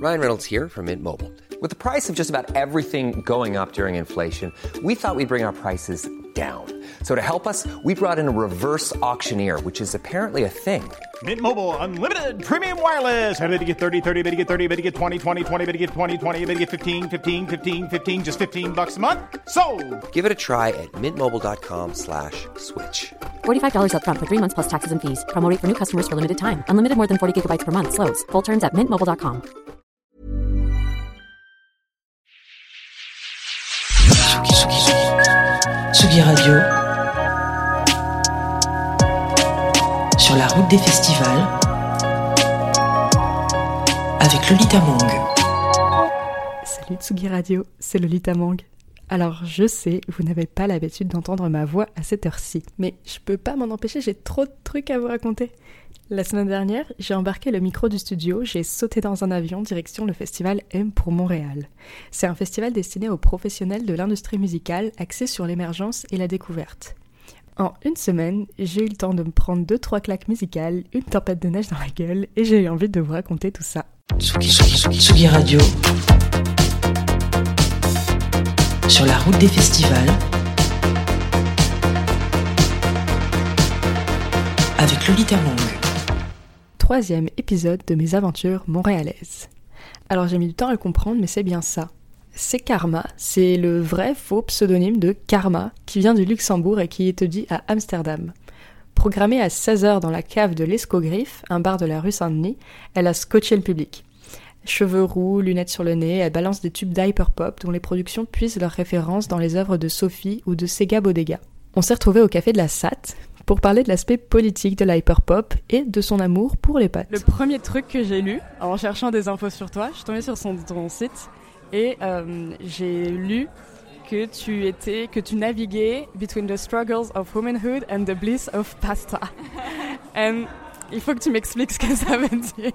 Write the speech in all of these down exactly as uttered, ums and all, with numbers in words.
Ryan Reynolds here from Mint Mobile. With the price of just about everything going up during inflation, we thought we'd bring our prices down. So to help us, we brought in a reverse auctioneer, which is apparently a thing. Mint Mobile Unlimited Premium Wireless. How to get thirty, thirty, how to get thirty, how to get twenty, twenty, twenty, how to get twenty, twenty, how to get fifteen, fifteen, fifteen, fifteen, just fifteen bucks a month? Sold! Give it a try at mintmobile.com slash switch. forty-five dollars up front for three months plus taxes and fees. Promo rate for new customers for limited time. Unlimited more than forty gigabytes per month. Slows full terms at mint mobile dot com. Tsugi Radio, sur la route des festivals, avec Lolita Mang. Salut Tsugi Radio, c'est Lolita Mang. Alors je sais, vous n'avez pas l'habitude d'entendre ma voix à cette heure-ci, mais je peux pas m'en empêcher, j'ai trop de trucs à vous raconter. La semaine dernière, j'ai embarqué le micro du studio, j'ai sauté dans un avion direction le festival M pour Montréal. C'est un festival destiné aux professionnels de l'industrie musicale, axé sur l'émergence et la découverte. En une semaine, j'ai eu le temps de me prendre deux trois claques musicales, une tempête de neige dans la gueule, et j'ai eu envie de vous raconter tout ça. Tsugi, Tsugi, Tsugi, Tsugi Radio, sur la route des festivals, avec Lolita Mang. Troisième épisode de mes aventures montréalaises. Alors j'ai mis du temps à le comprendre, mais c'est bien ça. C'est Karma, c'est le vrai faux pseudonyme de Karma, qui vient du Luxembourg et qui étudie à Amsterdam. Programmée à seize heures dans la cave de l'Escogriffe, un bar de la rue Saint-Denis, elle a scotché le public. Cheveux roux, lunettes sur le nez, elle balance des tubes d'hyperpop dont les productions puisent leurs références dans les œuvres de Sophie ou de Sega Bodega. On s'est retrouvés au café de la S A T pour parler de l'aspect politique de l'hyperpop et de son amour pour les pâtes. Le premier truc que j'ai lu, en cherchant des infos sur toi, je suis tombée sur son, ton site et euh, j'ai lu que tu étais, que tu naviguais between the struggles of womanhood and the bliss of pasta. Et il faut que tu m'expliques ce que ça veut dire.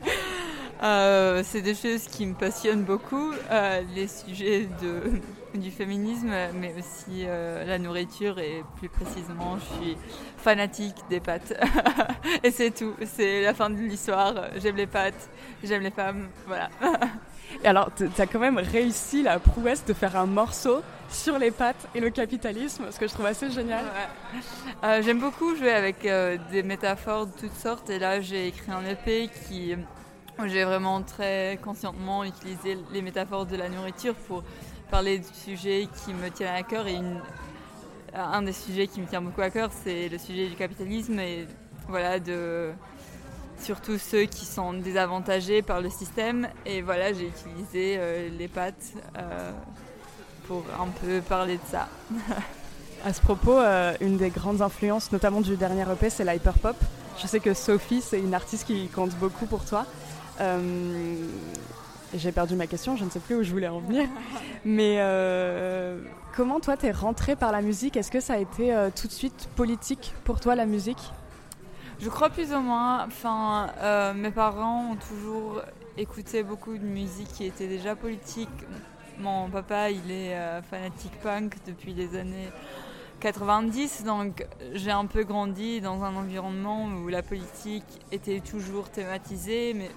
Euh, c'est des choses qui me passionnent beaucoup, euh, les sujets de, du féminisme, mais aussi euh, la nourriture et plus précisément, je suis fanatique des pâtes. Et c'est tout, c'est la fin de l'histoire. J'aime les pâtes, j'aime les femmes, voilà. Et alors, t'as quand même réussi la prouesse de faire un morceau sur les pâtes et le capitalisme, ce que je trouve assez génial. Ouais. Euh, j'aime beaucoup jouer avec euh, des métaphores de toutes sortes, et là j'ai écrit un E P qui... J'ai vraiment très conscientement utilisé les métaphores de la nourriture pour parler du sujet qui me tient à cœur. Et une, un des sujets qui me tient beaucoup à cœur, c'est le sujet du capitalisme et voilà, de, surtout ceux qui sont désavantagés par le système. Et voilà, j'ai utilisé euh, les pâtes euh, pour un peu parler de ça. À ce propos, euh, une des grandes influences, notamment du dernier E P, c'est l'hyperpop. Je sais que Sophie, c'est une artiste qui compte beaucoup pour toi. Euh, j'ai perdu ma question, je ne sais plus où je voulais en venir. Mais euh, comment toi t'es rentrée par la musique ? Est-ce que ça a été euh, tout de suite politique pour toi, la musique ? Je crois plus ou moins. Enfin, euh, mes parents ont toujours écouté beaucoup de musique qui était déjà politique. Mon papa, il est euh, fanatique punk depuis les années quatre-vingt-dix, donc j'ai un peu grandi dans un environnement où la politique était toujours thématisée, mais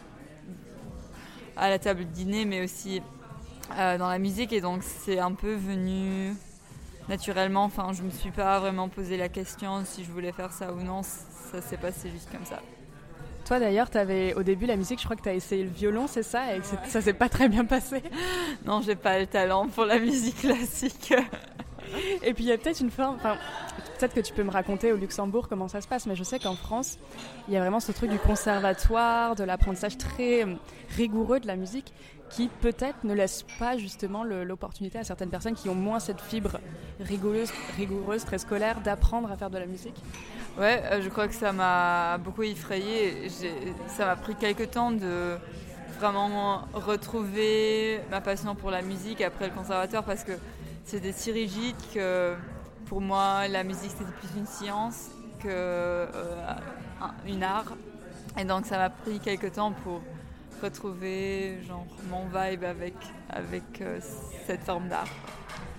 à la table de dîner, mais aussi euh, dans la musique, et donc c'est un peu venu naturellement. Enfin, je me suis pas vraiment posé la question si je voulais faire ça ou non, ça s'est passé juste comme ça. Toi d'ailleurs, t'avais, au début la musique, je crois que tu as essayé le violon, c'est ça, et que ouais. Ça s'est pas très bien passé. Non, j'ai pas le talent pour la musique classique. Et puis il y a peut-être une forme, enfin peut-être que tu peux me raconter au Luxembourg comment ça se passe, mais je sais qu'en France, il y a vraiment ce truc du conservatoire, de l'apprentissage très rigoureux de la musique, qui peut-être ne laisse pas justement le, l'opportunité à certaines personnes qui ont moins cette fibre rigoureuse, rigoureuse très scolaire, d'apprendre à faire de la musique. Ouais, euh, je crois que ça m'a beaucoup effrayée. J'ai, ça m'a pris quelques temps de vraiment retrouver ma passion pour la musique après le conservatoire, parce que c'était si rigide que pour moi la musique c'était plus une science qu'une euh, art, et donc ça m'a pris quelques temps pour retrouver genre mon vibe avec, avec euh, cette forme d'art.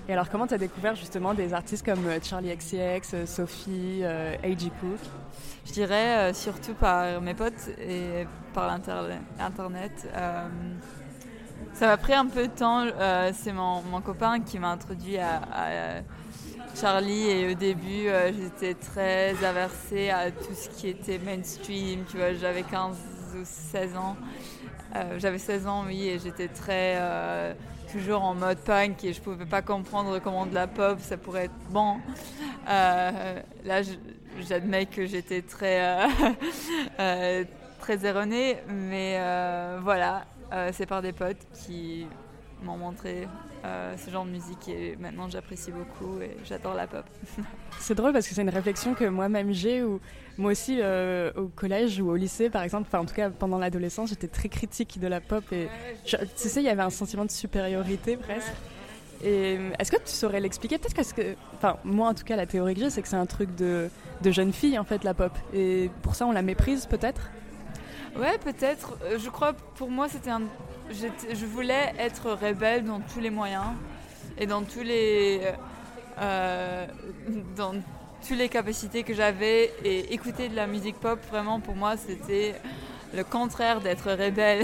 Et alors, comment tu as découvert justement des artistes comme Charli X C X, Sophie, euh, A G Cook? Je dirais euh, surtout par mes potes et par l'internet. Internet. Euh, ça m'a pris un peu de temps. Euh, c'est mon, mon copain qui m'a introduit à, à Charli, et au début, euh, j'étais très aversée à tout ce qui était mainstream. Tu vois, j'avais quinze ou seize ans. Euh, j'avais seize ans, oui, et j'étais très... Euh, toujours en mode punk, et je pouvais pas comprendre comment de la pop ça pourrait être bon. Euh, là, je, j'admets que j'étais très euh, euh, très erronée, mais euh, voilà, euh, c'est par des potes qui m'ont montré euh, ce genre de musique, et maintenant j'apprécie beaucoup et j'adore la pop. C'est drôle parce que c'est une réflexion que moi-même j'ai, où moi aussi euh, au collège ou au lycée par exemple, enfin en tout cas pendant l'adolescence, j'étais très critique de la pop, et je, tu sais, il y avait un sentiment de supériorité presque. Et est-ce que tu saurais l'expliquer? Peut-être parce que, enfin moi en tout cas la théorie que j'ai, c'est que c'est un truc de, de jeune fille en fait, la pop, et pour ça on la méprise peut-être. Ouais, peut-être. Je crois pour moi c'était un... J'étais... je voulais être rebelle dans tous les moyens et dans tous les euh, dans toutes les capacités que j'avais, et écouter de la musique pop vraiment pour moi c'était le contraire d'être rebelle.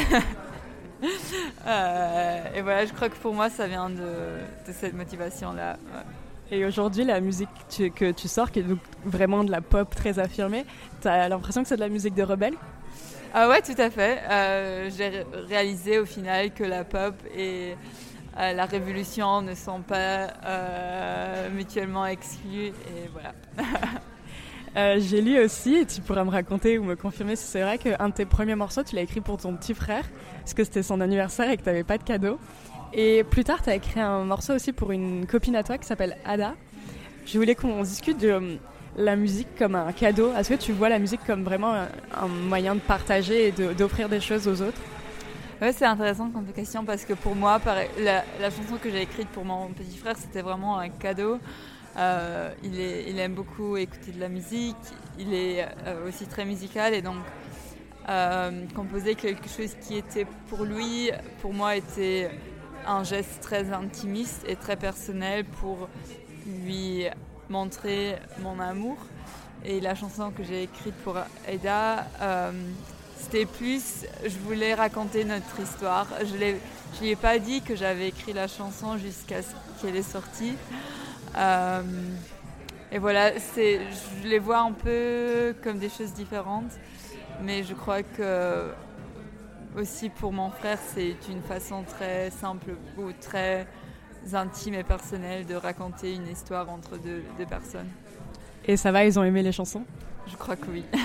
euh, et voilà, je crois que pour moi ça vient de, de cette motivation là. Ouais. Et aujourd'hui, la musique tu, que tu sors, qui est donc vraiment de la pop très affirmée, t'as l'impression que c'est de la musique de rebelle? Ah ouais, tout à fait. Euh, j'ai ré- réalisé au final que la pop et euh, la révolution ne sont pas euh, mutuellement exclues, et voilà. euh, j'ai lu aussi, et tu pourras me raconter ou me confirmer si c'est vrai, qu'un de tes premiers morceaux, tu l'as écrit pour ton petit frère, parce que c'était son anniversaire et que tu n'avais pas de cadeau. Et plus tard, tu as écrit un morceau aussi pour une copine à toi qui s'appelle Ada. Je voulais qu'on discute de la musique comme un cadeau. Est-ce que tu vois la musique comme vraiment un, un moyen de partager et de, d'offrir des choses aux autres? Ouais, c'est intéressant comme question, parce que pour moi, pareil, la, la chanson que j'ai écrite pour mon petit frère, c'était vraiment un cadeau. Euh, il, est, il aime beaucoup écouter de la musique, il est euh, aussi très musical, et donc euh, composer quelque chose qui était pour lui, pour moi, était un geste très intimiste et très personnel pour lui montrer mon amour. Et la chanson que j'ai écrite pour Ada, euh, c'était plus, je voulais raconter notre histoire. Je ne lui ai pas dit que j'avais écrit la chanson jusqu'à ce qu'elle est sortie. Euh, et voilà, c'est, je les vois un peu comme des choses différentes, mais je crois que aussi pour mon frère, c'est une façon très simple ou très intime et personnelle de raconter une histoire entre deux, deux personnes. Et ça va, ils ont aimé les chansons? Je crois que oui.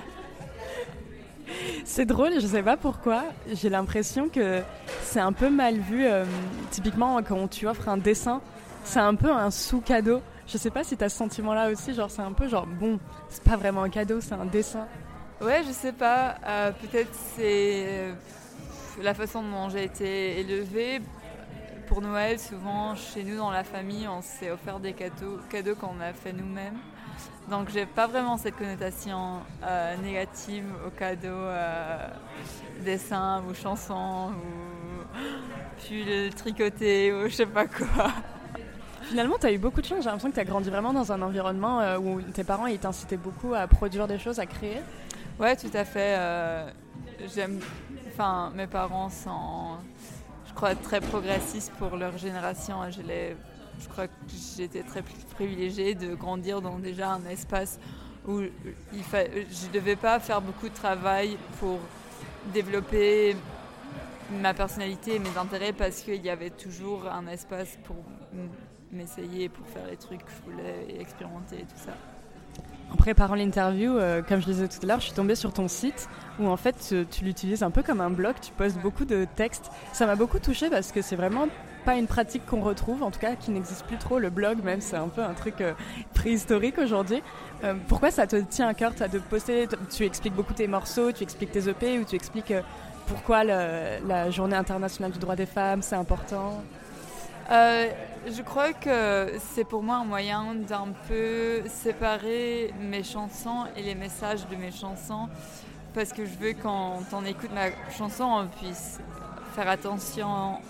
C'est drôle, je sais pas pourquoi, j'ai l'impression que c'est un peu mal vu. Euh, typiquement, quand tu offres un dessin, c'est un peu un sous-cadeau. Je sais pas si t'as ce sentiment-là aussi, genre c'est un peu genre, bon, c'est pas vraiment un cadeau, c'est un dessin. Ouais, je sais pas, euh, peut-être c'est la façon dont j'ai été élevée. Pour Noël, souvent, chez nous, dans la famille, on s'est offert des cadeaux, cadeaux qu'on a fait nous-mêmes. Donc, j'ai pas vraiment cette connotation euh, négative aux cadeaux, euh, dessins ou chansons ou pull tricoté ou je sais pas quoi. Finalement, tu as eu beaucoup de chance. J'ai l'impression que tu as grandi vraiment dans un environnement euh, où tes parents ils t'incitaient beaucoup à produire des choses, à créer. Ouais, tout à fait. Euh, j'aime... Enfin, mes parents sont... Je crois très progressiste pour leur génération. Je, les, je crois que j'étais très privilégiée de grandir dans déjà un espace où il fa... je ne devais pas faire beaucoup de travail pour développer ma personnalité et mes intérêts, parce qu'il y avait toujours un espace pour m'essayer, pour faire les trucs que je voulais et expérimenter et tout ça. En préparant l'interview, euh, comme je le disais tout à l'heure, je suis tombée sur ton site où en fait tu, tu l'utilises un peu comme un blog, tu postes beaucoup de textes. Ça m'a beaucoup touchée parce que c'est vraiment pas une pratique qu'on retrouve, en tout cas qui n'existe plus trop. Le blog même, c'est un peu un truc euh, préhistorique aujourd'hui. Euh, pourquoi ça te tient à cœur de poster? Tu expliques beaucoup tes morceaux, tu expliques tes E P, ou tu expliques euh, pourquoi le, la journée internationale du droit des femmes c'est important? Euh, je crois que c'est pour moi un moyen d'un peu séparer mes chansons et les messages de mes chansons, parce que je veux, quand on écoute ma chanson, on puisse faire attention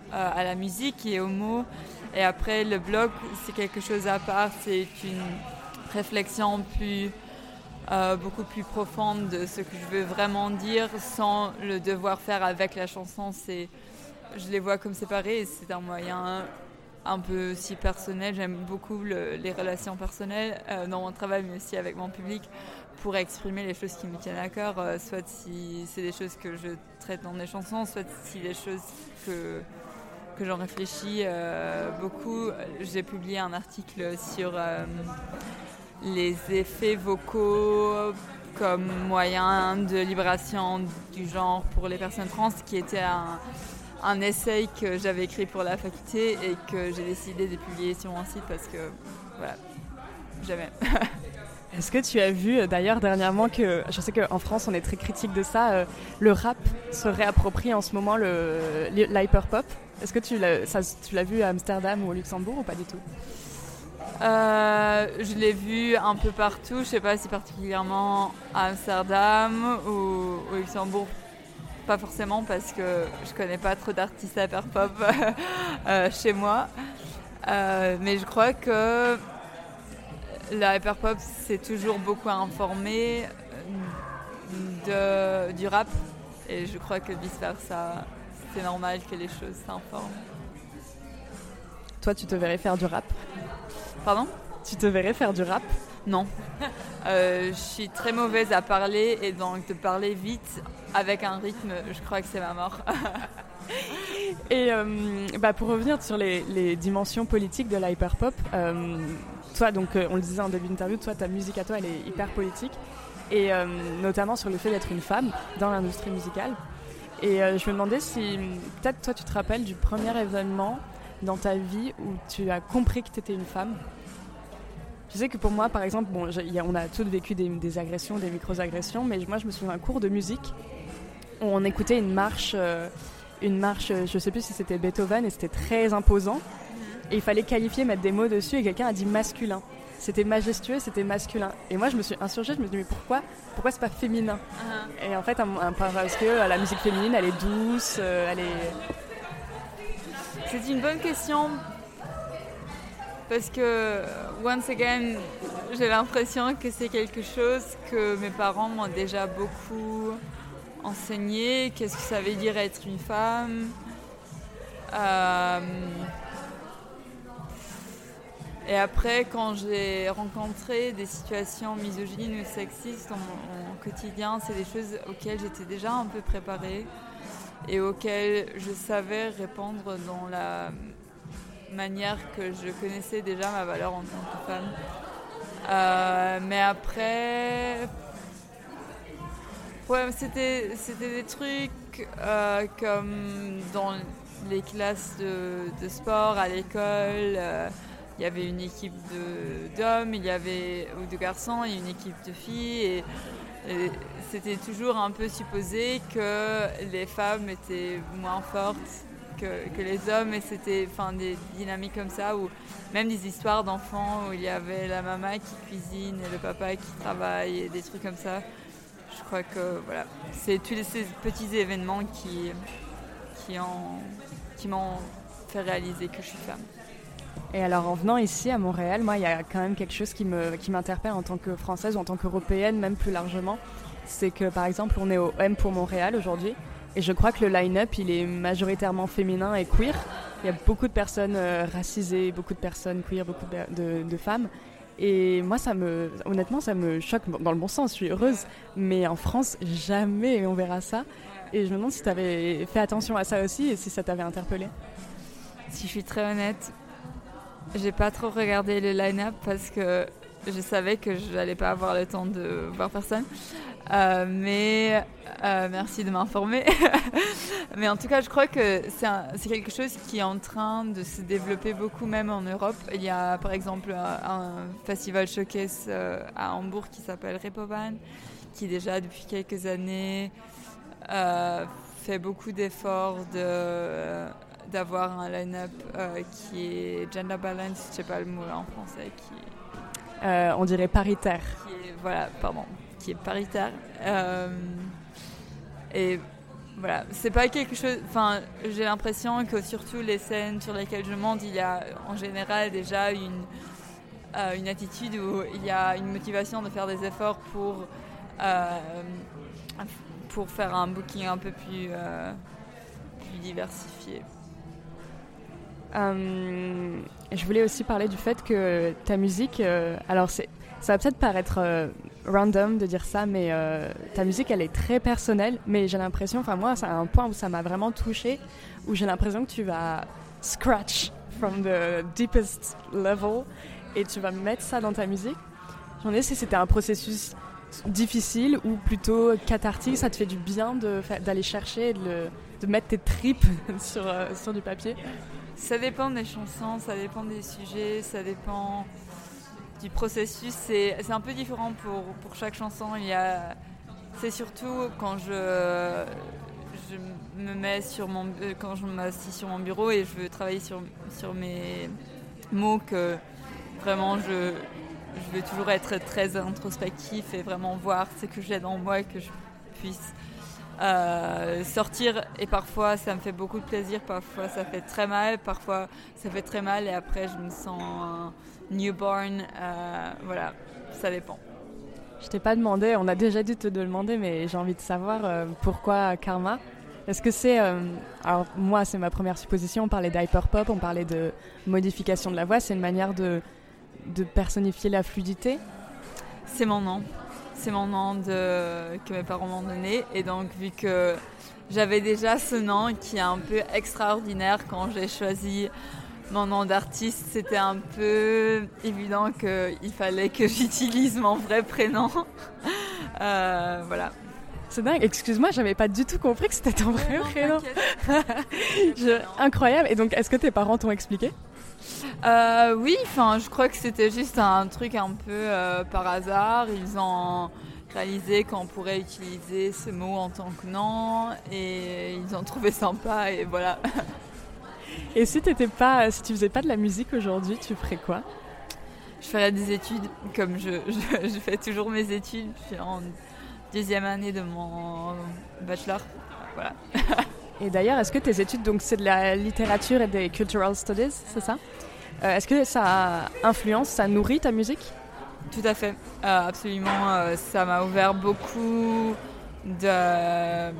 euh, à la musique et aux mots. Et après, le blog, c'est quelque chose à part, c'est une réflexion plus, euh, beaucoup plus profonde de ce que je veux vraiment dire sans le devoir faire avec la chanson. C'est, je les vois comme séparés et c'est un moyen un peu aussi personnel. J'aime beaucoup le, les relations personnelles euh, dans mon travail, mais aussi avec mon public, pour exprimer les choses qui me tiennent à cœur, euh, soit si c'est des choses que je traite dans des chansons, soit si des choses que, que j'en réfléchis euh, beaucoup. J'ai publié un article sur euh, les effets vocaux comme moyen de libération du genre pour les personnes trans, qui était un, un essai que j'avais écrit pour la faculté et que j'ai décidé de publier sur mon site parce que, voilà, j'aimais. Est-ce que tu as vu d'ailleurs dernièrement que, je sais qu'en France on est très critique de ça, euh, le rap se réapproprie en ce moment le, l'hyperpop. Est-ce que tu l'as, ça, tu l'as vu à Amsterdam ou au Luxembourg ou pas du tout? euh, Je l'ai vu un peu partout, je ne sais pas si particulièrement à Amsterdam ou au Luxembourg, pas forcément parce que je ne connais pas trop d'artistes hyperpop euh, chez moi. Euh, mais je crois que la hyperpop s'est toujours beaucoup informée de, du rap et je crois que vice versa, c'est normal que les choses s'informent. Toi, tu te verrais faire du rap? Pardon? Tu te verrais faire du rap? Non. euh, je suis très mauvaise à parler et donc de parler vite avec un rythme, je crois que c'est ma mort. Et euh, bah pour revenir sur les, les dimensions politiques de l'hyperpop, euh, toi, donc, euh, on le disait en début d'interview, toi, ta musique à toi, elle est hyper politique, et euh, notamment sur le fait d'être une femme dans l'industrie musicale. Et euh, je me demandais si, peut-être toi, tu te rappelles du premier événement dans ta vie où tu as compris que tu étais une femme. Je sais que pour moi, par exemple, bon, y a, on a tous vécu des, des agressions, des micro-agressions, mais moi, je me souviens d'un cours de musique où on écoutait une marche, euh, une marche, je ne sais plus si c'était Beethoven, et c'était très imposant. Et il fallait qualifier, mettre des mots dessus, et quelqu'un a dit masculin. C'était majestueux, c'était masculin. Et moi, je me suis insurgée, je me suis dit, mais pourquoi, pourquoi c'est pas féminin? Uh-huh. Et en fait, un, un, parce que la musique féminine, elle est douce, euh, elle est... C'est une bonne question. Parce que, once again, j'ai l'impression que c'est quelque chose que mes parents m'ont déjà beaucoup enseigné. Qu'est-ce que ça veut dire être une femme? euh... Et après, quand j'ai rencontré des situations misogynes ou sexistes dans mon, mon quotidien, c'est des choses auxquelles j'étais déjà un peu préparée et auxquelles je savais répondre dans la manière que je connaissais déjà ma valeur en tant que femme. Euh, mais après, ouais, c'était, c'était des trucs euh, comme dans les classes de, de sport à l'école. Euh, il y avait une équipe de, d'hommes, il y avait, ou de garçons, et une équipe de filles. Et, et c'était toujours un peu supposé que les femmes étaient moins fortes Que, que les hommes, et c'était enfin, des dynamiques comme ça, ou même des histoires d'enfants où il y avait la maman qui cuisine et le papa qui travaille et des trucs comme ça. Je crois que voilà, c'est tous ces petits événements qui, qui, ont, qui m'ont fait réaliser que je suis femme. Et alors en venant ici à Montréal, moi il y a quand même quelque chose qui, me, qui m'interpelle en tant que Française ou en tant qu'Européenne, même plus largement, c'est que par exemple on est au M pour Montréal aujourd'hui. Et je crois que le line-up, il est majoritairement féminin et queer. Il y a beaucoup de personnes euh, racisées, beaucoup de personnes queer, beaucoup de, de, de femmes. Et moi, ça me, honnêtement, ça me choque dans le bon sens. Je suis heureuse. Mais en France, jamais on verra ça. Et je me demande si tu avais fait attention à ça aussi et si ça t'avait interpellée. Si je suis très honnête, j'ai pas trop regardé le line-up parce que je savais que je n'allais pas avoir le temps de voir personne. Euh, mais euh, merci de m'informer. Mais en tout cas, je crois que c'est, un, c'est quelque chose qui est en train de se développer beaucoup, même en Europe. Il y a par exemple un, un festival showcase euh, à Hambourg qui s'appelle Reeperbahn, qui déjà depuis quelques années euh, fait beaucoup d'efforts de, d'avoir un line-up euh, qui est gender balance, je ne sais pas le mot en français, qui euh, on dirait paritaire. Qui est, voilà, pardon. qui est paritaire. Euh, et voilà, c'est pas quelque chose. Enfin, j'ai l'impression que surtout les scènes sur lesquelles je monte, il y a en général déjà une, euh, une attitude où il y a une motivation de faire des efforts pour, euh, pour faire un booking un peu plus, euh, plus diversifié. Euh, je voulais aussi parler du fait que ta musique, euh, alors c'est, ça va peut-être paraître euh, random de dire ça, mais euh, ta musique elle est très personnelle, mais j'ai l'impression, enfin moi c'est un point où ça m'a vraiment touchée, où j'ai l'impression que tu vas scratch from the deepest level et tu vas mettre ça dans ta musique. J'en ai si c'était un processus difficile ou plutôt cathartique, ça te fait du bien de, d'aller chercher, de, le, de mettre tes tripes sur, euh, sur du papier. Ça dépend des chansons, ça dépend des sujets, ça dépend du processus. C'est, c'est un peu différent pour, pour chaque chanson. Il y a, c'est surtout quand je, je me mets sur mon, quand je m'assis sur mon bureau et je veux travailler sur, sur mes mots que vraiment je, je veux toujours être très introspectif et vraiment voir ce que j'ai dans moi et que je puisse Euh, sortir, et parfois ça me fait beaucoup de plaisir, parfois ça fait très mal, parfois ça fait très mal et après je me sens un newborn, euh, voilà, ça dépend. Je t'ai pas demandé, on a déjà dû te demander, mais j'ai envie de savoir euh, pourquoi Karma. Est-ce que c'est, euh, alors moi c'est ma première supposition, on parlait d'hyperpop, on parlait de modification de la voix, c'est une manière de, de personnifier la fluidité? C'est mon nom. C'est mon nom de, que mes parents m'ont donné. Et donc, vu que j'avais déjà ce nom qui est un peu extraordinaire quand j'ai choisi mon nom d'artiste, c'était un peu évident qu'il fallait que j'utilise mon vrai prénom. euh, voilà. C'est dingue. Excuse-moi, j'avais pas du tout compris que c'était ton vrai non, prénom. je... Incroyable. Et donc, est-ce que tes parents t'ont expliqué ? Euh, oui, enfin, je crois que c'était juste un truc un peu euh, par hasard. Ils ont réalisé qu'on pourrait utiliser ce mot en tant que nom et ils ont trouvé sympa et voilà. Et si t'étais pas, si tu faisais pas de la musique aujourd'hui, tu ferais quoi ? Je ferais des études, comme je, je, je fais toujours mes études. Je suis en deuxième année de mon bachelor, voilà. Et d'ailleurs, est-ce que tes études, donc c'est de la littérature et des cultural studies, c'est ça ? euh, Est-ce que ça influence, ça nourrit ta musique ? Tout à fait, euh, absolument. Euh, ça m'a ouvert beaucoup de euh,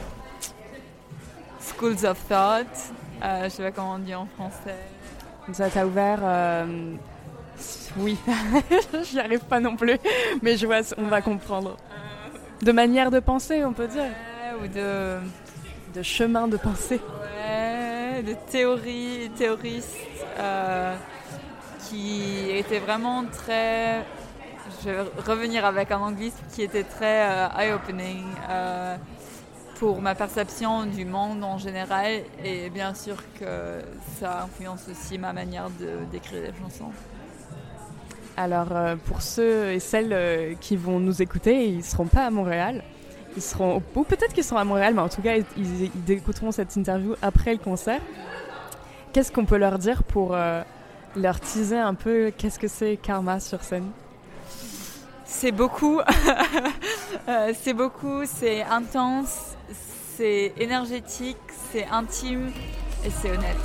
schools of thought. Euh, je sais pas comment on dit en français. Ça t'a ouvert... Euh... Oui, j'y arrive pas non plus, mais je vois, on va comprendre. De manière de penser, on peut dire. Ouais, ou de... de chemin de pensée. Ouais, de théories, théoristes euh, qui étaient vraiment très... Je vais revenir avec un anglicisme qui était très euh, eye-opening euh, pour ma perception du monde en général, et bien sûr que ça influence aussi ma manière de, d'écrire des chansons. Alors euh, pour ceux et celles euh, qui vont nous écouter, ils ne seront pas à Montréal. Ils seront, ou peut-être qu'ils seront à Montréal, mais en tout cas, ils, ils, ils écouteront cette interview après le concert. Qu'est-ce qu'on peut leur dire pour euh, leur teaser un peu qu'est-ce que c'est Karma sur scène ? C'est beaucoup, euh, c'est beaucoup, c'est intense, c'est énergétique, c'est intime et c'est honnête.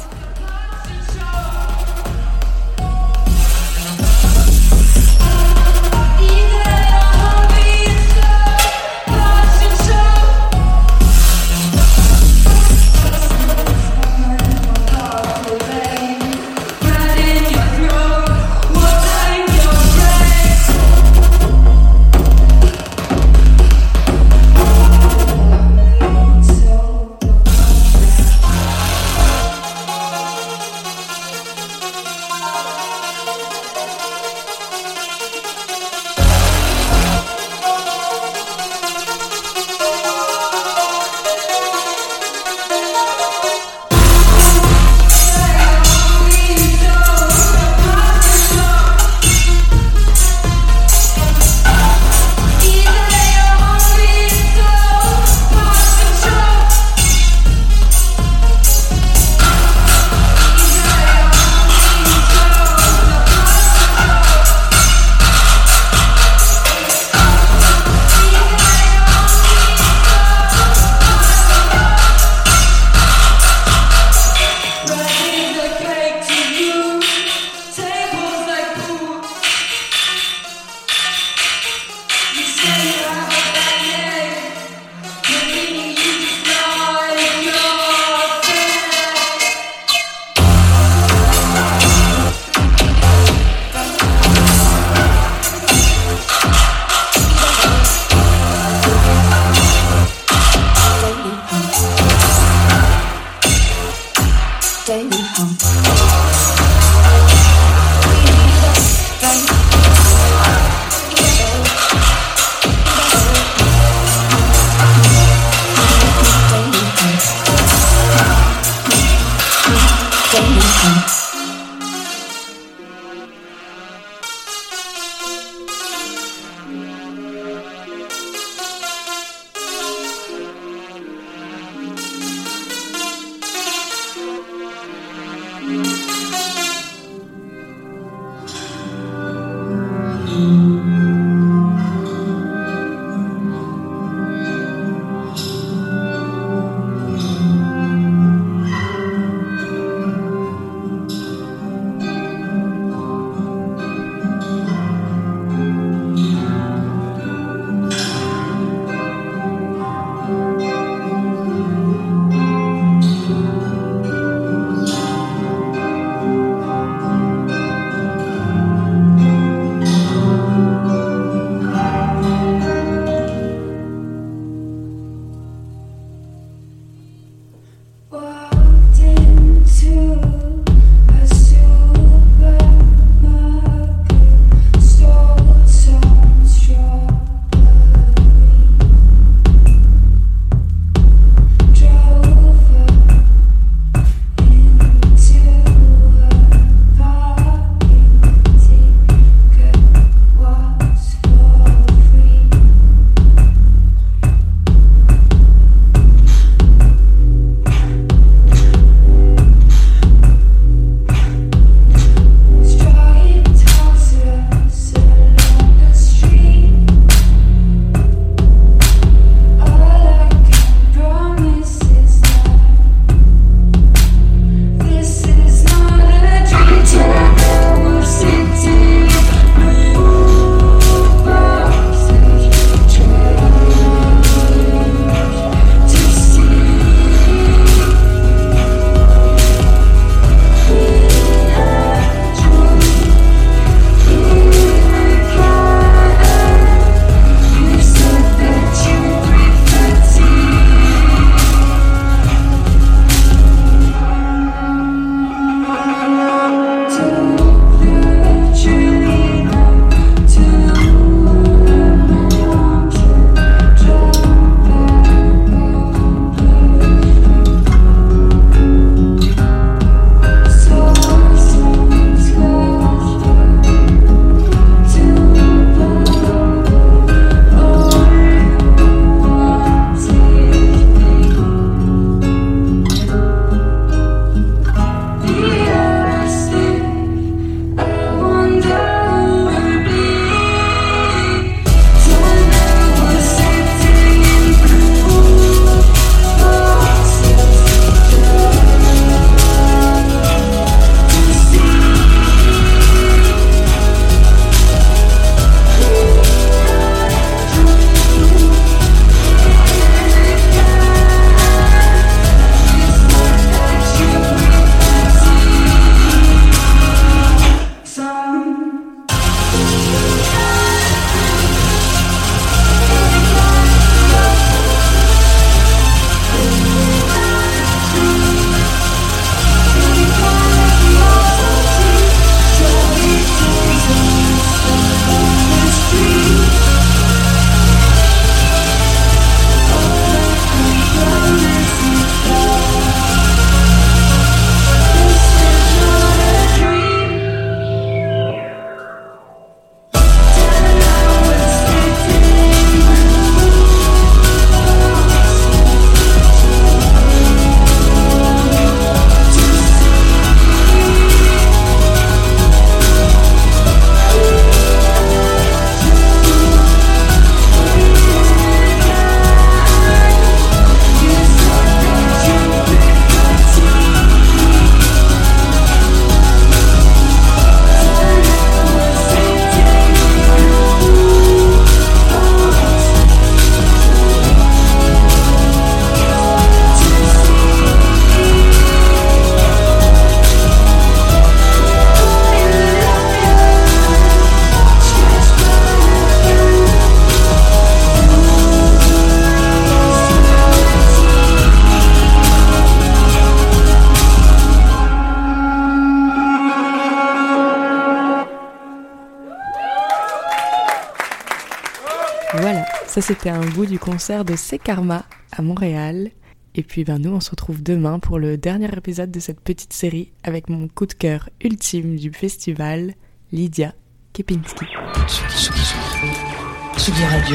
Ça, c'était un bout du concert de C'est Karma à Montréal. Et puis ben, nous, on se retrouve demain pour le dernier épisode de cette petite série avec mon coup de cœur ultime du festival, Lydia Kepinski. Tsugi, Tsugi, Tsugi. Tsugi Radio.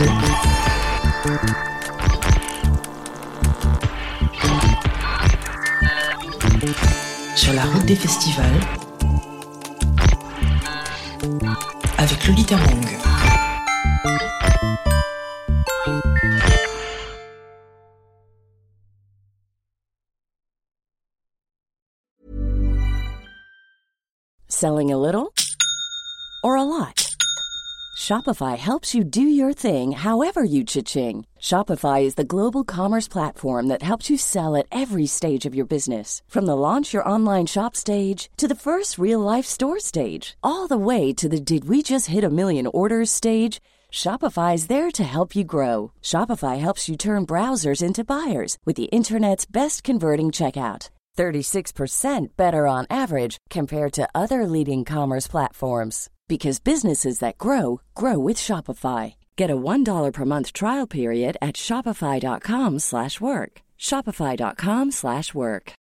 Sur la route des festivals avec Lolita Mang. Selling a little or a lot? Shopify helps you do your thing however you cha-ching. Shopify is the global commerce platform that helps you sell at every stage of your business. From the launch your online shop stage to the first real-life store stage, all the way to the did we just hit a million orders stage. Shopify is there to help you grow. Shopify helps you turn browsers into buyers with the internet's best converting checkout. thirty-six percent better on average compared to other leading commerce platforms. Because businesses that grow, grow with Shopify. Get a one dollar per month trial period at shopify.com slash work. Shopify.com slash work.